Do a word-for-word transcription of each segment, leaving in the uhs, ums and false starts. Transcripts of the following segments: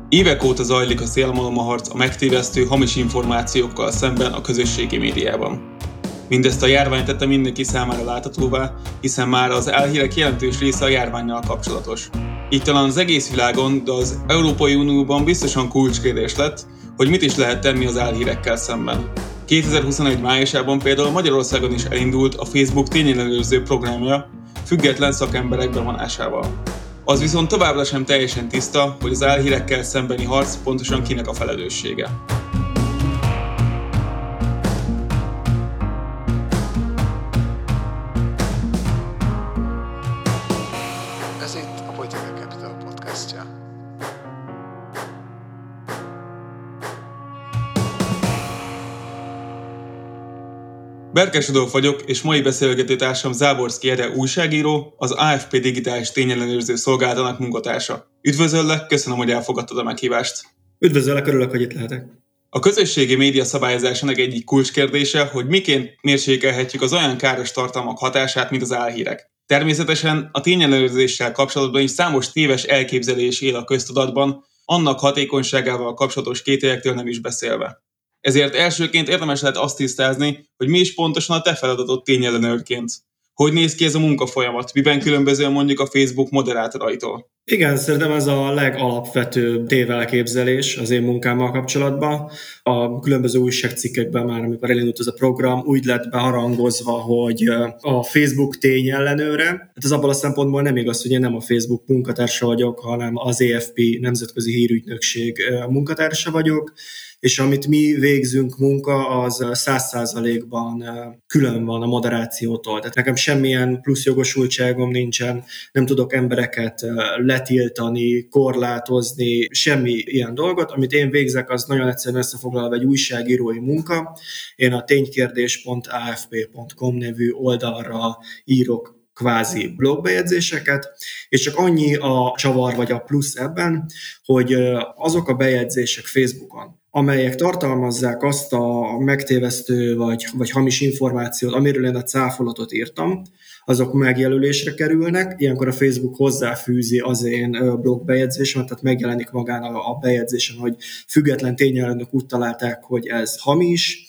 Évek óta zajlik a szélmalomharc a megtévesztő, hamis információkkal szemben a közösségi médiában. Mindezt a járvány tette mindenki számára láthatóvá, hiszen már az álhírek jelentős része a járvánnyal kapcsolatos. Így talán az egész világon, de az Európai Unióban biztosan kulcskérdés lett, hogy mit is lehet tenni az álhírekkel szemben. kétezer-huszonegy májusában például Magyarországon is elindult a Facebook tényellenőrző programja független szakemberek bevonásával. Az viszont továbbra sem teljesen tiszta, hogy az álhírekkel szembeni harc pontosan kinek a felelőssége. Ez itt a Political Capital podcastja. Berkes Rudolf vagyok, és mai beszélgetőtársam Záborszky Ede újságíró, az á ef pé digitális tényellenőrző szolgálatának munkatársa. Üdvözöllek, köszönöm, hogy elfogadtad a meghívást. Üdvözöllek, örülök, hogy itt lehetek. A közösségi média szabályozásának egyik kulcskérdése, hogy miként mérsékelhetjük az olyan káros tartalmak hatását, mint az álhírek. Természetesen a tényellenőrzéssel kapcsolatban is számos téves elképzelés él a köztudatban, annak hatékonyságával kapcsolatos kételyektől nem is beszélve. Ezért elsőként érdemes lehet azt tisztázni, hogy mi is pontosan a te feladatod tényellenőrként. Hogy néz ki ez a munkafolyamat? Miben különböző mondjuk a Facebook moderátoraitól? Igen, szerintem ez a legalapvetőbb tévelképzelés az én munkámmal kapcsolatban. A különböző újságcikkekben már, amikor elindult ez a program, úgy lett beharangozva, hogy a Facebook tényellenőre. Hát ez abban a szempontból nem igaz, hogy én nem a Facebook munkatársa vagyok, hanem az é ef pé Nemzetközi Hírügynökség munkatársa vagyok, és amit mi végzünk munka, az száz százalékban külön van a moderációtól. Tehát nekem semmilyen plusz jogosultságom nincsen, nem tudok embereket letiltani, korlátozni, semmi ilyen dolgot. Amit én végzek, az nagyon egyszerűen összefoglalva egy újságírói munka. Én a ténykérdés pont á ef pé pont com nevű oldalra írok kvázi blogbejegyzéseket, és csak annyi a csavar vagy a plusz ebben, hogy azok a bejegyzések Facebookon, amelyek tartalmazzák azt a megtévesztő vagy, vagy hamis információt, amiről én a cáfolatot írtam, azok megjelölésre kerülnek, ilyenkor a Facebook hozzáfűzi az én blogbejegyzésemet, tehát megjelenik magán a bejegyzésen, hogy független tényellenőrök úgy találták, hogy ez hamis,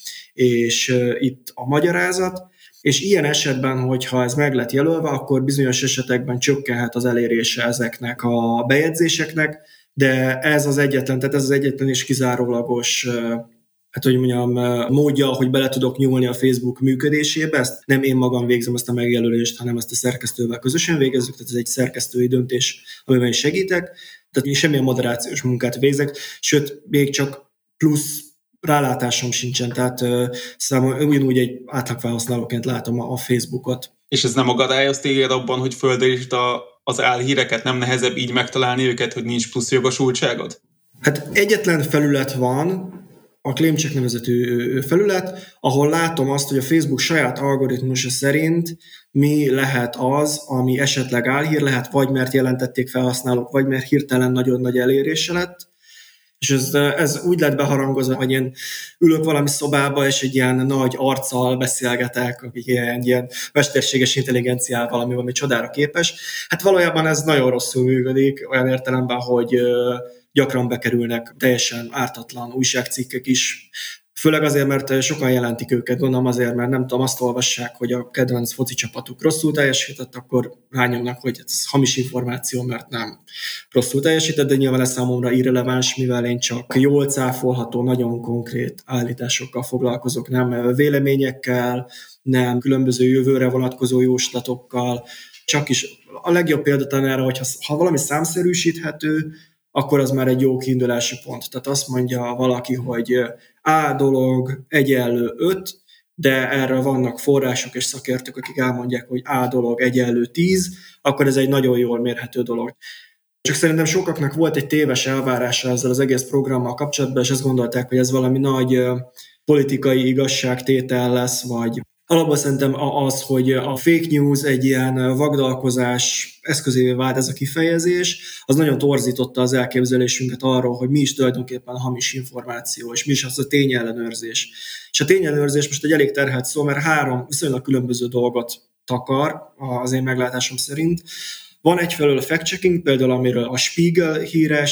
és itt a magyarázat, és ilyen esetben, hogyha ez meg lett jelölve, akkor bizonyos esetekben csökkenhet az elérése ezeknek a bejegyzéseknek, de ez az egyetlen, tehát ez az egyetlen és kizárólagos, hát hogy mondjam, módja, hogy bele tudok nyúlni a Facebook működésébe. Ezt nem én magam végzem ezt a megjelölést, hanem ezt a szerkesztővel közösen végezzük, tehát ez egy szerkesztői döntés, amiben is segítek. Tehát én semmilyen moderációs munkát végzek, sőt, még csak plusz rálátásom sincsen, tehát számomra ugyanúgy egy átlagfelhasználóként látom a Facebookot. És ez nem akadályoz téged abban, hogy földerítsd a az álhíreket, nem nehezebb így megtalálni őket, hogy nincs plusz jogosultságod? Hát egyetlen felület van, a Claimcheck nevezetű felület, ahol látom azt, hogy a Facebook saját algoritmusa szerint mi lehet az, ami esetleg álhír lehet, vagy mert jelentették felhasználók, vagy mert hirtelen nagyon nagy elérése lett. És ez, ez úgy lett beharangozva, hogy én ülök valami szobába, és egy ilyen nagy arccal beszélgetek, akik ilyen, ilyen mesterséges intelligenciával, valami, valami csodára képes. Hát valójában ez nagyon rosszul működik, olyan értelemben, hogy gyakran bekerülnek teljesen ártatlan újságcikkek is, főleg azért, mert sokan jelentik őket, gondolom azért, mert nem tudom, azt olvassák, hogy a kedvenc foci csapatuk rosszul teljesített, akkor rányomnak, hogy ez hamis információ, mert nem rosszul teljesített, de nyilván ez számomra irreleváns, mivel én csak jól cáfolható, nagyon konkrét állításokkal foglalkozok, nem véleményekkel, nem különböző jövőre vonatkozó jóslatokkal, csak is a legjobb példa talán erre, hogy ha valami számszerűsíthető, akkor az már egy jó kiindulási pont. Tehát azt mondja valaki, hogy A dolog egyenlő öt, de erre vannak források és szakértők, akik elmondják, hogy A dolog egyenlő tíz, akkor ez egy nagyon jól mérhető dolog. Csak szerintem sokaknak volt egy téves elvárása ezzel az egész programmal kapcsolatban, és azt gondolták, hogy ez valami nagy politikai igazságtétel lesz, vagy alapból szerintem az, hogy a fake news egy ilyen vagdalkozás eszközévé vált ez a kifejezés, az nagyon torzította az elképzelésünket arról, hogy mi is tulajdonképpen a hamis információ, és mi is az a tényellenőrzés. És a tényellenőrzés most egy elég terhelt szó, mert három viszonylag különböző dolgot takar az én meglátásom szerint. Van egyfelől a fact-checking, például amiről a Spiegel híres,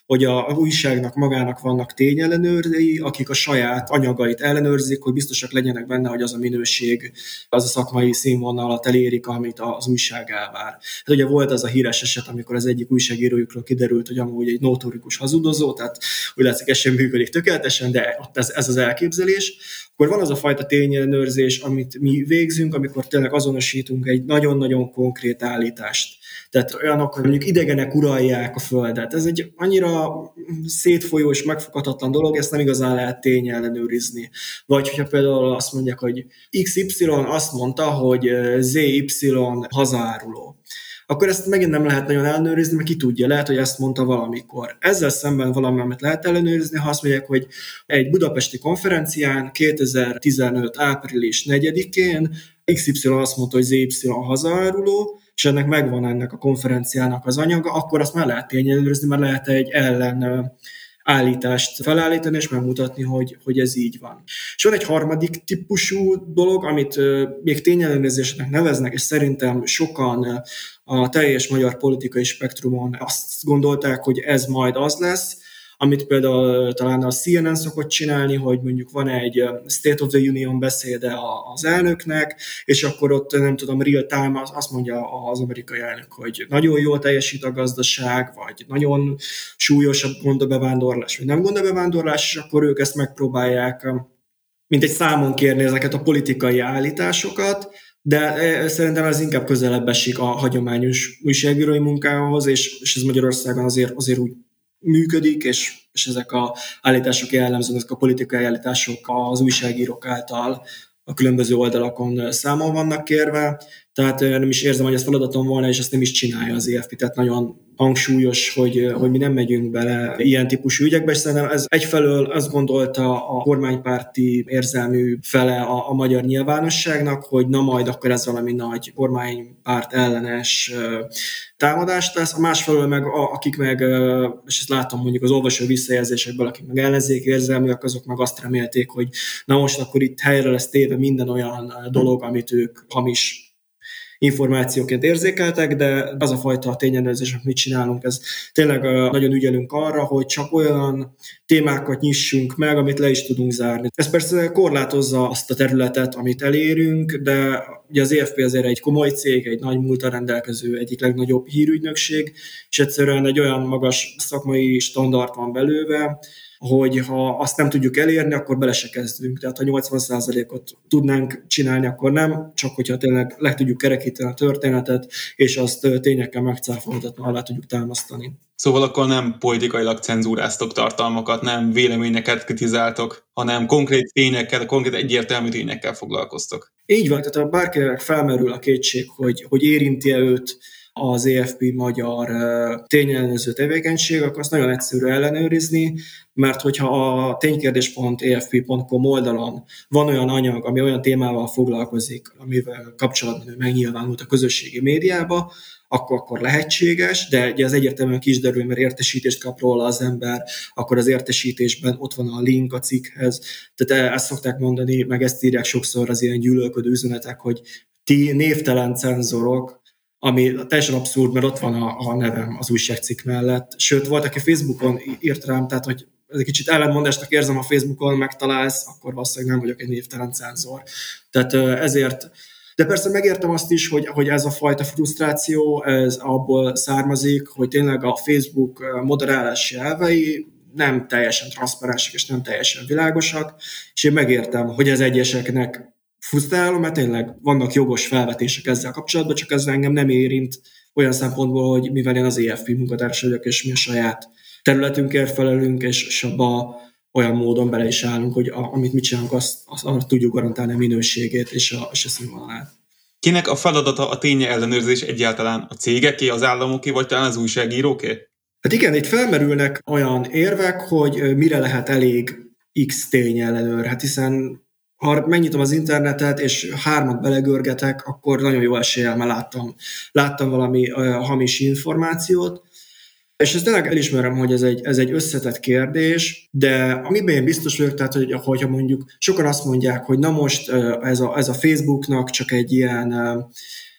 hogy a újságnak magának vannak tényellenőrzői, akik a saját anyagait ellenőrzik, hogy biztosak legyenek benne, hogy az a minőség, az a szakmai színvonalat elérik, amit az újság elvár. Hát ugye volt az a híres eset, amikor az egyik újságírójukról kiderült, hogy amúgy egy notórikus hazudozó, tehát úgy látszik, ez sem működik tökéletesen, de ott ez, ez az elképzelés. Akkor van az a fajta tényellenőrzés, amit mi végzünk, amikor tényleg azonosítunk egy nagyon-nagyon konkrét állítást. Tehát olyanok, hogy mondjuk idegenek uralják a Földet. Ez egy annyira szétfolyó és megfoghatatlan dolog, ezt nem igazán lehet tényellenőrizni. Vagy hogyha például azt mondják, hogy iksz ipszilon azt mondta, hogy zé ipszilon hazaáruló. Akkor ezt megint nem lehet nagyon ellenőrizni, mert ki tudja, lehet, hogy ezt mondta valamikor. Ezzel szemben valami, amit lehet ellenőrizni, ha azt mondják, hogy egy budapesti konferencián kétezer-tizenöt április negyedikén iksz ipszilon azt mondta, hogy zé ipszilon hazaáruló, és ennek megvan ennek a konferenciának az anyaga, akkor azt már lehet tényellenőrizni, mert lehet egy ellen állítást felállítani, és megmutatni, hogy, hogy ez így van. És van egy harmadik típusú dolog, amit uh, még tényellenőrzésnek neveznek, és szerintem sokan uh, a teljes magyar politikai spektrumon azt gondolták, hogy ez majd az lesz, amit például talán a cé en en szokott csinálni, hogy mondjuk van egy State of the Union beszéde az elnöknek, és akkor ott nem tudom, real time azt mondja az amerikai elnök, hogy nagyon jól teljesít a gazdaság, vagy nagyon súlyos a gond a bevándorlás, vagy nem gond a bevándorlás, és akkor ők ezt megpróbálják, mint egy számon kérni ezeket a politikai állításokat, de szerintem ez inkább közelebb esik a hagyományos újságírói munkához, és, és ez Magyarországon azért, azért úgy működik, és, és ezek az állítások jellemzően, ezek a politikai állítások az újságírók által a különböző oldalakon számon vannak kérve, tehát nem is érzem, hogy ez feladatom volna, és ezt nem is csinálja az é ef pé, tehát nagyon hangsúlyos, hogy, hogy mi nem megyünk bele ilyen típusú ügyekbe, és szerintem ez egyfelől azt gondolta a kormánypárti érzelmű fele a, a magyar nyilvánosságnak, hogy na majd akkor ez valami nagy kormánypárt ellenes támadást lesz, a másfelől meg a, akik meg, és ezt látom mondjuk az olvasó visszajelzésekből, akik meg ellenzék érzelműek, azok meg azt remélték, hogy na most akkor itt helyre lesz téve minden olyan dolog, amit ők hamis információként érzékeltek, de az a fajta tényellenőrzés, amit mit csinálunk, ez tényleg nagyon ügyelünk arra, hogy csak olyan témákat nyissunk meg, amit le is tudunk zárni. Ez persze korlátozza azt a területet, amit elérünk, de ugye az é ef pé azért egy komoly cég, egy nagy múlttal rendelkező, egyik legnagyobb hírügynökség, és egyszerűen egy olyan magas szakmai standard van belőve, hogy ha azt nem tudjuk elérni, akkor bele se kezdünk. Tehát ha nyolcvan százalékot tudnánk csinálni, akkor nem, csak hogyha tényleg le tudjuk kerekíteni a történetet, és azt tényekkel megcáfoltatva alá tudjuk támasztani. Szóval akkor nem politikailag cenzúráztok tartalmakat, nem véleményeket kritizáltok, hanem konkrét tényekkel, konkrét egyértelmű tényekkel foglalkoztok. Így van, tehát ha bárkinek felmerül a kétség, hogy, hogy érinti-e őt az é ef pé magyar tényellenőrző tevékenység, akkor azt nagyon egyszerű ellenőrizni, mert hogyha a ténykérdés pont é ef pé pont com oldalon van olyan anyag, ami olyan témával foglalkozik, amivel kapcsolatban ő megnyilvánult a közösségi médiába, akkor, akkor lehetséges, de ugye az egyértelműen ki is derül, mert értesítést kap róla az ember, akkor az értesítésben ott van a link a cikkhez. Tehát ezt szokták mondani, meg ezt írják sokszor az ilyen gyűlölködő üzenetek, hogy ti névtelen cenzorok, ami teljesen abszurd, mert ott van a, a nevem az újságcikk mellett. Sőt, volt, aki Facebookon írt rám, tehát, hogy ez egy kicsit ellenmondásnak érzem, a Facebookon megtalálsz, akkor valószínűleg nem vagyok egy névtelen cenzor. Tehát ezért, de persze megértem azt is, hogy, hogy ez a fajta frusztráció, ez abból származik, hogy tényleg a Facebook moderálási elvei nem teljesen transzparensek és nem teljesen világosak, és én megértem, hogy ez egyeseknek frusztrálom, mert tényleg vannak jogos felvetések ezzel kapcsolatban, csak ez engem nem érint olyan szempontból, hogy mivel én az é ef pé munkatársa vagyok, és mi a saját területünkért felelünk, és, és abba olyan módon bele is állunk, hogy a, amit mit csinálunk, azt, azt, azt tudjuk garantálni a minőségét és a, és a színvonalát. Kinek a feladata a ténye ellenőrzés egyáltalán? A cégeké, az államoké, vagy talán az újságíróké? Hát igen, itt felmerülnek olyan érvek, hogy mire lehet elég X tény ellenőr. Hát hiszen ha megnyitom az internetet, és hármat belegörgetek, akkor nagyon jó eséllyel már láttam, láttam valami uh, hamis információt. És ezt tényleg elismerem, hogy ez egy, ez egy összetett kérdés, de amiben én biztos vagyok, tehát hogy, hogyha mondjuk sokan azt mondják, hogy na most uh, ez, a, ez a Facebooknak csak egy ilyen uh,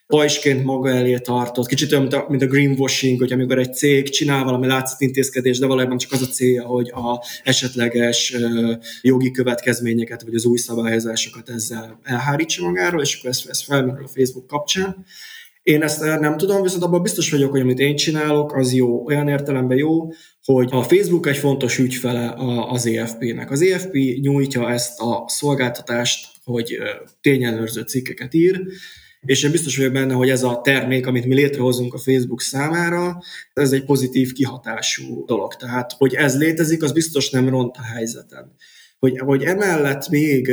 pajsként maga elé tartott, kicsit olyan, mint a, mint a greenwashing, hogy amikor egy cég csinál valami látszatintézkedés, de valójában csak az a célja, hogy a esetleges uh, jogi következményeket, vagy az új szabályozásokat ezzel elhárítsa magáról, és akkor ez, ez felmerül a Facebook kapcsán. Én ezt nem tudom, viszont abban biztos vagyok, hogy amit én csinálok, az jó. Olyan értelemben jó, hogy a Facebook egy fontos ügyfele az é ef pé-nek. Az é ef pé nyújtja ezt a szolgáltatást, hogy tényellenőrző cikkeket ír, és én biztos vagyok benne, hogy ez a termék, amit mi létrehozunk a Facebook számára, ez egy pozitív kihatású dolog. Tehát, hogy ez létezik, az biztos nem ront a helyzeten. Hogy, hogy emellett még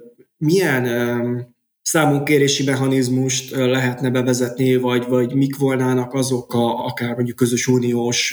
milyen számunkérési mechanizmust lehetne bevezetni, vagy, vagy mik volnának azok a, akár mondjuk közös uniós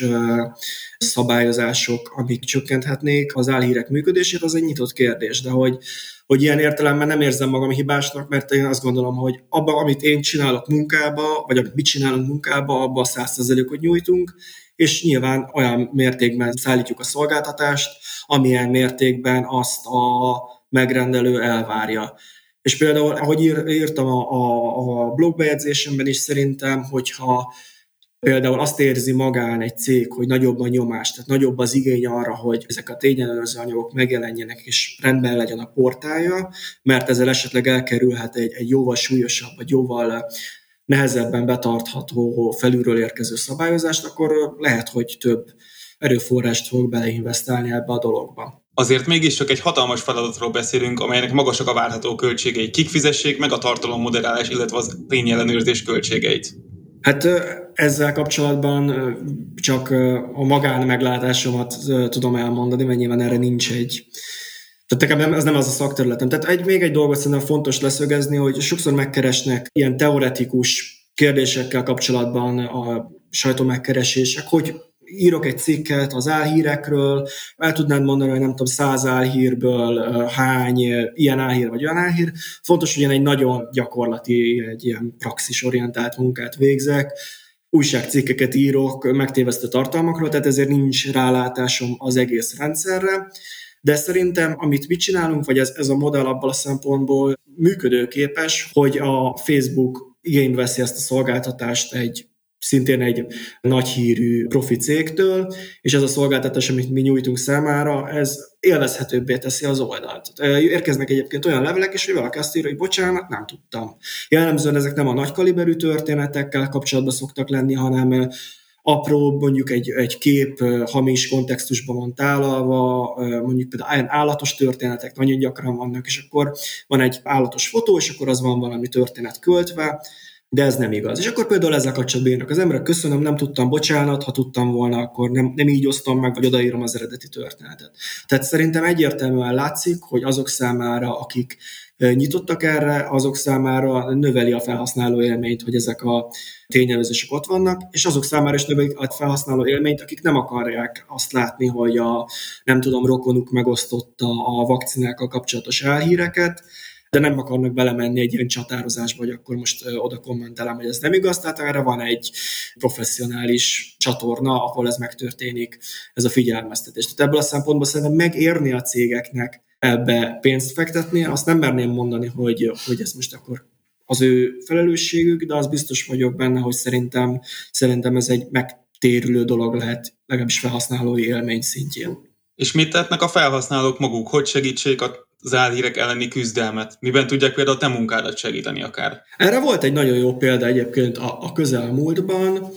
szabályozások, amik csökkenthetnék az álhírek működését, az egy nyitott kérdés, de hogy, hogy ilyen értelemben nem érzem magam hibásnak, mert én azt gondolom, hogy abban, amit én csinálok munkába, vagy amit mi csinálunk munkába, abban a száz százalékot nyújtunk, és nyilván olyan mértékben szállítjuk a szolgáltatást, amilyen mértékben azt a megrendelő elvárja. És például, ahogy ír, írtam a, a, a blogbejegyzésemben is, szerintem, hogyha például azt érzi magán egy cég, hogy nagyobb a nyomás, tehát nagyobb az igény arra, hogy ezek a tényellenőrző anyagok megjelenjenek, és rendben legyen a portálja, mert ezzel esetleg elkerülhet egy, egy jóval súlyosabb, vagy jóval nehezebben betartható felülről érkező szabályozást, akkor lehet, hogy több erőforrást fog beleinvestálni ebbe a dologba. Azért mégiscsak egy hatalmas feladatról beszélünk, amelynek magasak a várható költségei. Kik fizessék meg a tartalommoderálás, illetve az tényellenőrzés költségeit? Hát ezzel kapcsolatban csak a magán meglátásomat tudom elmondani, mert nyilván erre nincs egy... Tehát nekem ez nem az a szakterületem. Tehát egy, még egy dolgot szerintem fontos leszögezni, hogy sokszor megkeresnek ilyen teoretikus kérdésekkel kapcsolatban a sajtómegkeresések, hogy írok egy cikket az álhírekről, el tudnád mondani, hogy nem tudom, száz álhírből hány ilyen álhír vagy olyan álhír. Fontos, hogy én egy nagyon gyakorlati, egy ilyen praxisorientált munkát végzek, újságcikkeket írok megtévesztő tartalmakról, tehát ezért nincs rálátásom az egész rendszerre. De szerintem, amit mi csinálunk, vagy ez, ez a modell abban a szempontból működőképes, hogy a Facebook igénybe veszi ezt a szolgáltatást egy szintén egy nagy hírű profi cégtől, és ez a szolgáltatás, amit mi nyújtunk számára, ez élvezhetőbbé teszi az oldalt. Érkeznek egyébként olyan levelek is, hogy valaki azt írja, hogy bocsánat, nem tudtam. Jellemzően ezek nem a nagy kaliberű történetekkel kapcsolatban szoktak lenni, hanem apró, mondjuk egy, egy kép hamis kontextusban van tálalva, mondjuk például állatos történetek nagyon gyakran vannak, és akkor van egy állatos fotó, és akkor az van valami történet költve, de ez nem igaz. És akkor például ezzel kapcsolatban írnak az emberek, köszönöm, nem tudtam, bocsánat, ha tudtam volna, akkor nem, nem így osztom meg, vagy odaírom az eredeti történetet. Tehát szerintem egyértelműen látszik, hogy azok számára, akik nyitottak erre, azok számára növeli a felhasználó élményt, hogy ezek a tényelőzések ott vannak, és azok számára is növeli a felhasználó élményt, akik nem akarják azt látni, hogy a, nem tudom, rokonuk megosztotta a vakcinákkal kapcsolatos álhíreket, de nem akarnak belemenni egy ilyen csatározásba, hogy akkor most oda kommentelem, hogy ez nem igaz, tehát erre van egy professzionális csatorna, ahol ez megtörténik, ez a figyelmeztetés. Tehát ebből a szempontból szerintem megérni a cégeknek ebbe pénzt fektetni, azt nem merném mondani, hogy, hogy ez most akkor az ő felelősségük, de az biztos vagyok benne, hogy szerintem, szerintem ez egy megtérülő dolog lehet, legalábbis felhasználói élmény szintjén. És mit tehetnek a felhasználók maguk, hogy segítsék az álhírek elleni küzdelmet? Miben tudják például a te munkádat segíteni akár? Erre volt egy nagyon jó példa egyébként a, a közelmúltban.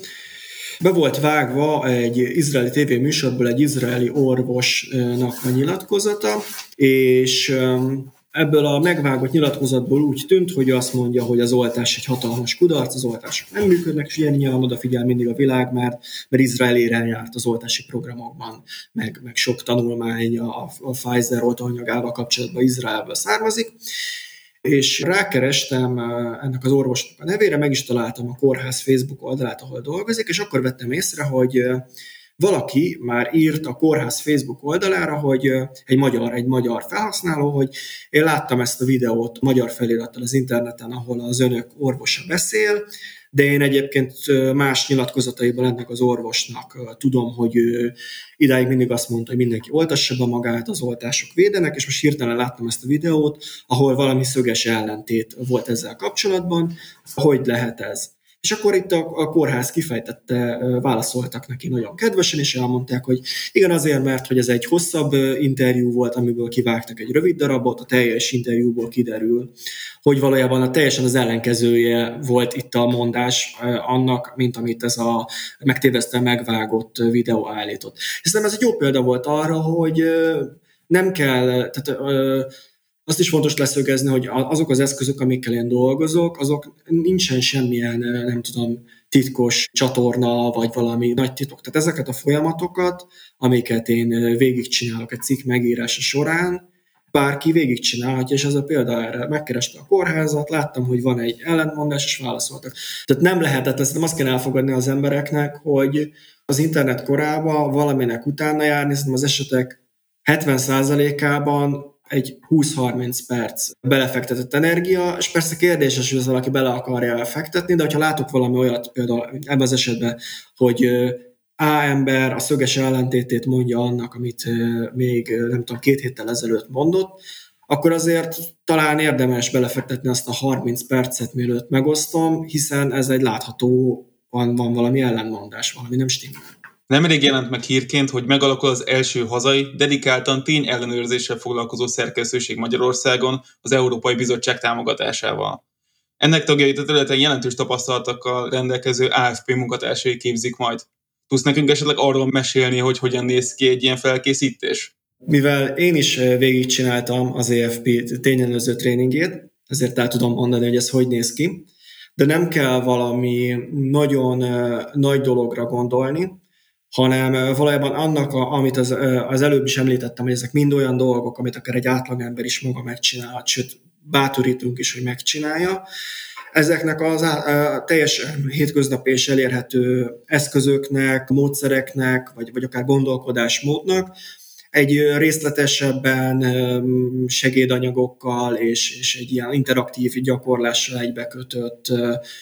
Be volt vágva egy izraeli tévéműsorból egy izraeli orvosnak a nyilatkozata, és ebből a megvágott nyilatkozatból úgy tűnt, hogy azt mondja, hogy az oltás egy hatalmas kudarc, az oltások nem működnek, és ilyen nyilván odafigyel mindig a világ, mert, mert Izrael élen járt az oltási programokban, meg, meg sok tanulmány a, a Pfizer oltóanyagával kapcsolatban Izraelből származik. És rákerestem ennek az orvosnak a nevére, meg is találtam a kórház Facebook oldalát, ahol dolgozik, és akkor vettem észre, hogy valaki már írt a kórház Facebook oldalára, hogy egy magyar, egy magyar felhasználó, hogy én láttam ezt a videót magyar felirattal az interneten, ahol az önök orvosa beszél, de én egyébként más nyilatkozataiban ennek az orvosnak tudom, hogy ő idáig mindig azt mondta, hogy mindenki oltassa be magát, az oltások védenek, és most hirtelen láttam ezt a videót, ahol valami szöges ellentét volt ezzel kapcsolatban, hogy lehet ez. És akkor itt a, a kórház kifejtette, válaszoltak neki nagyon kedvesen, és elmondták, hogy igen, azért, mert hogy ez egy hosszabb interjú volt, amiből kivágtak egy rövid darabot, a teljes interjúból kiderül, hogy valójában a teljesen az ellenkezője volt itt a mondás annak, mint amit ez a megtévesztően megvágott videó állított. Hiszen ez egy jó példa volt arra, hogy nem kell, tehát azt is fontos leszögezni, hogy azok az eszközök, amikkel én dolgozok, azok nincsen semmilyen, nem tudom, titkos csatorna, vagy valami nagy titok. Tehát ezeket a folyamatokat, amiket én végigcsinálok egy cikk megírása során, bárki végigcsinálhatja, és ez a példa erre. Megkereste a kórházat, láttam, hogy van egy ellentmondás, és válaszoltak. Tehát nem lehetett, ezt azt kell elfogadni az embereknek, hogy az internet korában valaminek utána járni, szerintem az esetek hetven százalékában egy húsz-harminc perc belefektetett energia, és persze kérdéses, hogy az valaki bele akarja fektetni, de hogyha látok valami olyat, például ebben az esetben, hogy A ember a szöges ellentétét mondja annak, amit még nem tudom, két héttel ezelőtt mondott, akkor azért talán érdemes belefektetni azt a harminc percet, mielőtt megosztom, hiszen ez egy látható, van, van valami ellenmondás, valami nem stimmel. Nemrég jelent meg hírként, hogy megalakul az első hazai, dedikáltan tényellenőrzéssel foglalkozó szerkesztőség Magyarországon az Európai Bizottság támogatásával. Ennek tagjait a területen jelentős tapasztalatokkal rendelkező á ef pé munkatársai képzik majd. Tudsz nekünk esetleg arról mesélni, hogy hogyan néz ki egy ilyen felkészítés? Mivel én is végigcsináltam az á ef pé tényellenőrző tréningét, ezért el tudom mondani, hogy ez hogy néz ki, de nem kell valami nagyon nagy dologra gondolni, hanem valójában annak, a, amit az, az előbb is említettem, hogy ezek mind olyan dolgok, amit akár egy átlagember is maga megcsinálhat, sőt, bátorítunk is, hogy megcsinálja. Ezeknek az a teljes hétköznapi és elérhető eszközöknek, módszereknek, vagy, vagy akár gondolkodásmódnak egy részletesebben segédanyagokkal és, és egy ilyen interaktív gyakorlással egybekötött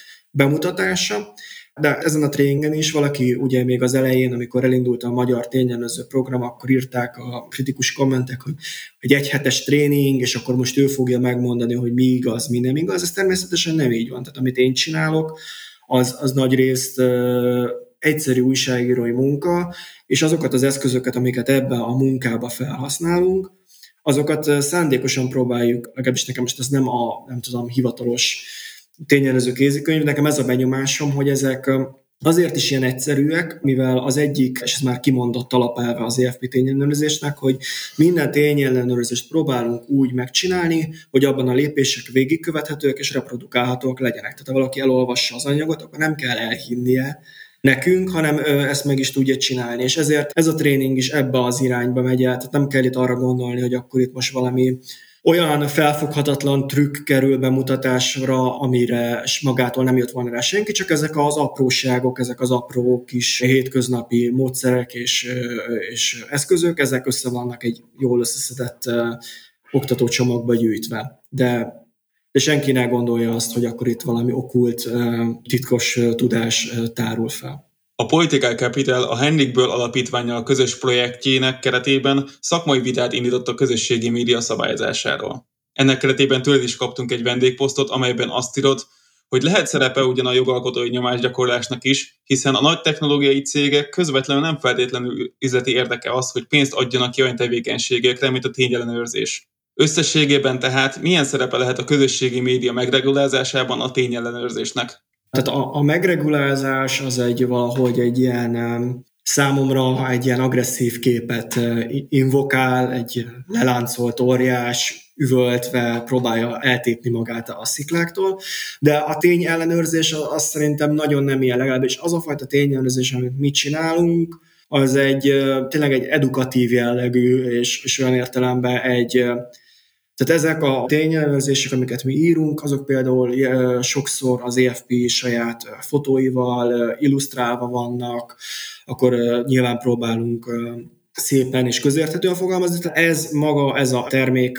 bemutatása. De ezen a tréningen is valaki ugye még az elején, amikor elindult a magyar tényellenőrző program, akkor írták a kritikus kommentek, hogy egy egyhetes tréning, és akkor most ő fogja megmondani, hogy mi igaz, mi nem igaz. Ez természetesen nem így van. Tehát amit én csinálok, az, az nagyrészt uh, egyszerű újságírói munka, és azokat az eszközöket, amiket ebben a munkába felhasználunk, azokat szándékosan próbáljuk, legalábbis nekem most ez nem a, nem tudom, hivatalos tényellenőrző kézikönyv, nekem ez a benyomásom, hogy ezek azért is ilyen egyszerűek, mivel az egyik, és ez már kimondott alapelve az á ef pé tényellenőrzésnek, hogy minden tényellenőrzést próbálunk úgy megcsinálni, hogy abban a lépések végigkövethetőek és reprodukálhatóak legyenek. Tehát ha valaki elolvassa az anyagot, akkor nem kell elhinnie nekünk, hanem ezt meg is tudja csinálni. És ezért ez a tréning is ebbe az irányba megy el. Tehát nem kell itt arra gondolni, hogy akkor itt most valami olyan felfoghatatlan trükk kerül bemutatásra, amire magától nem jött volna rá senki, csak ezek az apróságok, ezek az apró kis hétköznapi módszerek és, és eszközök, ezek össze vannak egy jól összeszedett uh, oktatócsomagba gyűjtve. De, de senki ne gondolja azt, hogy akkor itt valami okkult, uh, titkos uh, tudás uh, tárul fel. A Political Capital a Henrikböll alapítvánnyal közös projektjének keretében szakmai vitát indított a közösségi média szabályozásáról. Ennek keretében tőled is kaptunk egy vendégposztot, amelyben azt írod, hogy lehet szerepe ugyan a jogalkotói nyomásgyakorlásnak is, hiszen a nagy technológiai cégek közvetlenül nem feltétlenül üzleti érdeke az, hogy pénzt adjanak ki olyan tevékenységekre, mint a tényellenőrzés. Összességében tehát milyen szerepe lehet a közösségi média megregulázásában a tényellenőrzésnek? Tehát a, a megregulázás az egy valahogy egy ilyen um, számomra egy ilyen agresszív képet uh, invokál, egy leláncolt óriás üvöltve próbálja eltépni magát a szikláktól, de a tényellenőrzés az, az szerintem nagyon nem ilyen, legalábbis az a fajta tényellenőrzés, amit mi csinálunk, az egy uh, tényleg egy edukatív jellegű, és, és olyan értelemben egy uh, Tehát ezek a tényellenőrzések, amiket mi írunk, azok például sokszor az á ef pé saját fotóival illusztrálva vannak, akkor nyilván próbálunk szépen és közérthetően fogalmazni. Ez maga, ez a termék,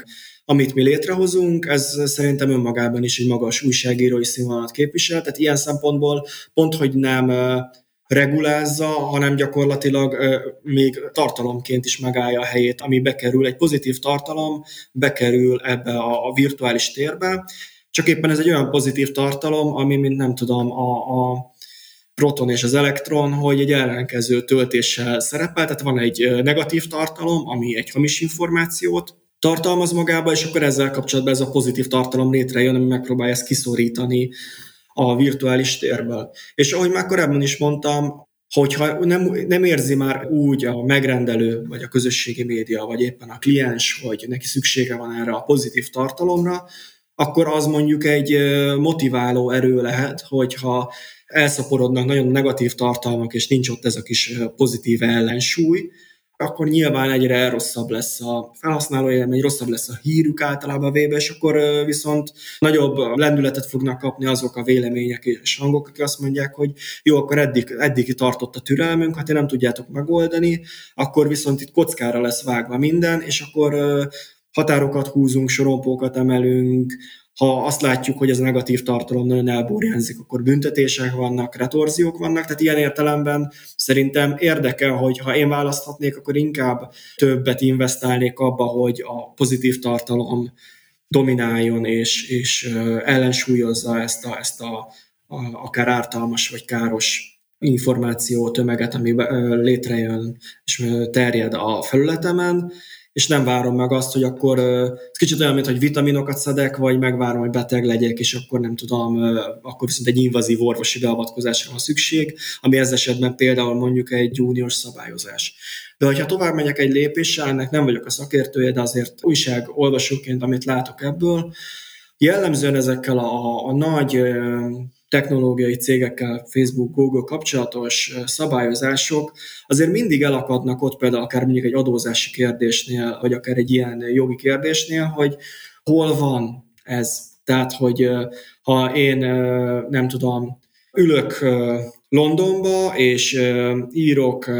amit mi létrehozunk, ez szerintem önmagában is egy magas újságírói színvonalat képvisel, tehát ilyen szempontból pont, hogy nem regulázza, hanem gyakorlatilag még tartalomként is megállja a helyét, ami bekerül, egy pozitív tartalom bekerül ebbe a virtuális térbe, csak éppen ez egy olyan pozitív tartalom, ami, mint nem tudom, a, a proton és az elektron, hogy egy ellenkező töltéssel szerepel, tehát van egy negatív tartalom, ami egy hamis információt tartalmaz magába, és akkor ezzel kapcsolatban ez a pozitív tartalom létrejön, ami megpróbálja ezt kiszorítani a virtuális térből. És ahogy már korábban is mondtam, hogyha nem, nem érzi már úgy a megrendelő, vagy a közösségi média, vagy éppen a kliens, hogy neki szüksége van erre a pozitív tartalomra, akkor az mondjuk egy motiváló erő lehet, hogyha elszaporodnak nagyon negatív tartalmak, és nincs ott ez a kis pozitív ellensúly, akkor nyilván egyre rosszabb lesz a felhasználó élmény, rosszabb lesz a hírük általában véve, és akkor viszont nagyobb lendületet fognak kapni azok a vélemények és hangok, akik azt mondják, hogy jó, akkor eddig, eddig tartott a türelmünk, ha ti nem tudjátok megoldani, akkor viszont itt kockára lesz vágva minden, és akkor határokat húzunk, sorompókat emelünk. Ha azt látjuk, hogy ez a negatív tartalom nagyon elburjánzik, akkor büntetések vannak, retorziók vannak, tehát ilyen értelemben szerintem érdekel, hogy ha én választhatnék, akkor inkább többet investálnék abba, hogy a pozitív tartalom domináljon és, és ellensúlyozza ezt a, ezt a, a akár ártalmas vagy káros információ tömeget, ami létrejön és terjed a felületemen, és nem várom meg azt, hogy akkor ez kicsit olyan, mint hogy vitaminokat szedek, vagy megvárom, hogy beteg legyek, és akkor nem tudom, akkor viszont egy invazív orvosi beavatkozásra van szükség, ami ez esetben például mondjuk egy uniós szabályozás. De hogyha tovább megyek egy lépéssel, ennek nem vagyok a szakértője, de azért újságolvasóként, amit látok ebből, jellemzően ezekkel a, a nagy technológiai cégekkel, Facebook, Google kapcsolatos szabályozások azért mindig elakadnak ott, például akár mondjuk egy adózási kérdésnél, vagy akár egy ilyen jogi kérdésnél, hogy hol van ez. Tehát, hogy ha én nem tudom, ülök Londonba, és írok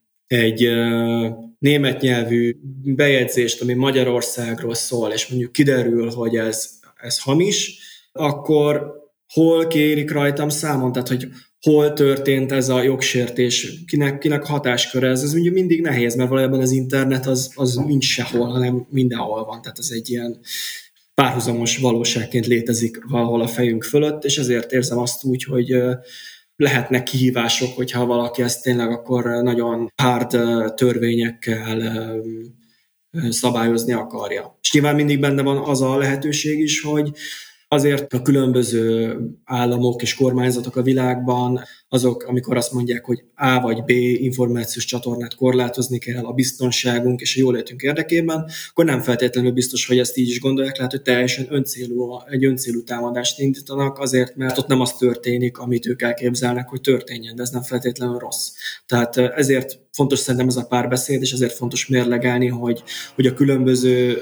egy német nyelvű bejegyzést, ami Magyarországról szól, és mondjuk kiderül, hogy ez, ez hamis, akkor hol kérik rajtam számon, tehát hogy hol történt ez a jogsértés, kinek, kinek hatásköre ez, ez mondjuk mindig nehéz, mert valójában az internet az, az nincs sehol, hanem mindenhol van, tehát ez egy ilyen párhuzamos valóságként létezik valahol a fejünk fölött, és ezért érzem azt úgy, hogy lehetnek kihívások, hogyha valaki ezt tényleg akkor nagyon hard törvényekkel szabályozni akarja. És nyilván mindig benne van az a lehetőség is, hogy azért a különböző államok és kormányzatok a világban, azok, amikor azt mondják, hogy A vagy B információs csatornát korlátozni kell a biztonságunk és a jólétünk érdekében, akkor nem feltétlenül biztos, hogy ezt így is gondolják, lehet, hogy teljesen öncélú, egy öncélú támadást indítanak, azért, mert ott nem az történik, amit ők elképzelnek, hogy történjen, de ez nem feltétlenül rossz. Tehát ezért fontos szerintem ez a párbeszéd, és ezért fontos mérlegelni, hogy, hogy a különböző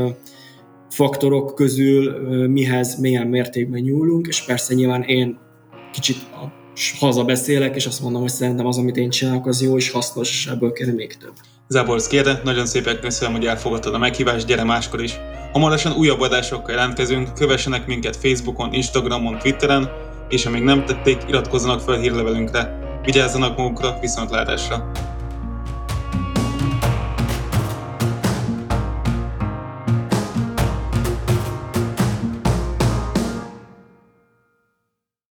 faktorok közül mihez milyen mértékben nyúlunk, és persze nyilván én kicsit haza beszélek, és azt mondom, hogy szerintem az, amit én csinálok, az jó és hasznos, és ebből kéne még több. Záborszky Ede, nagyon szépen köszönöm, hogy elfogadtad a meghívást, gyere máskor is. Hamarosan újabb adásokkal jelentkezünk, kövessenek minket Facebookon, Instagramon, Twitteren, és ha még nem tették, iratkozzanak fel hírlevelünkre. Vigyázzanak magukra, viszontlátásra!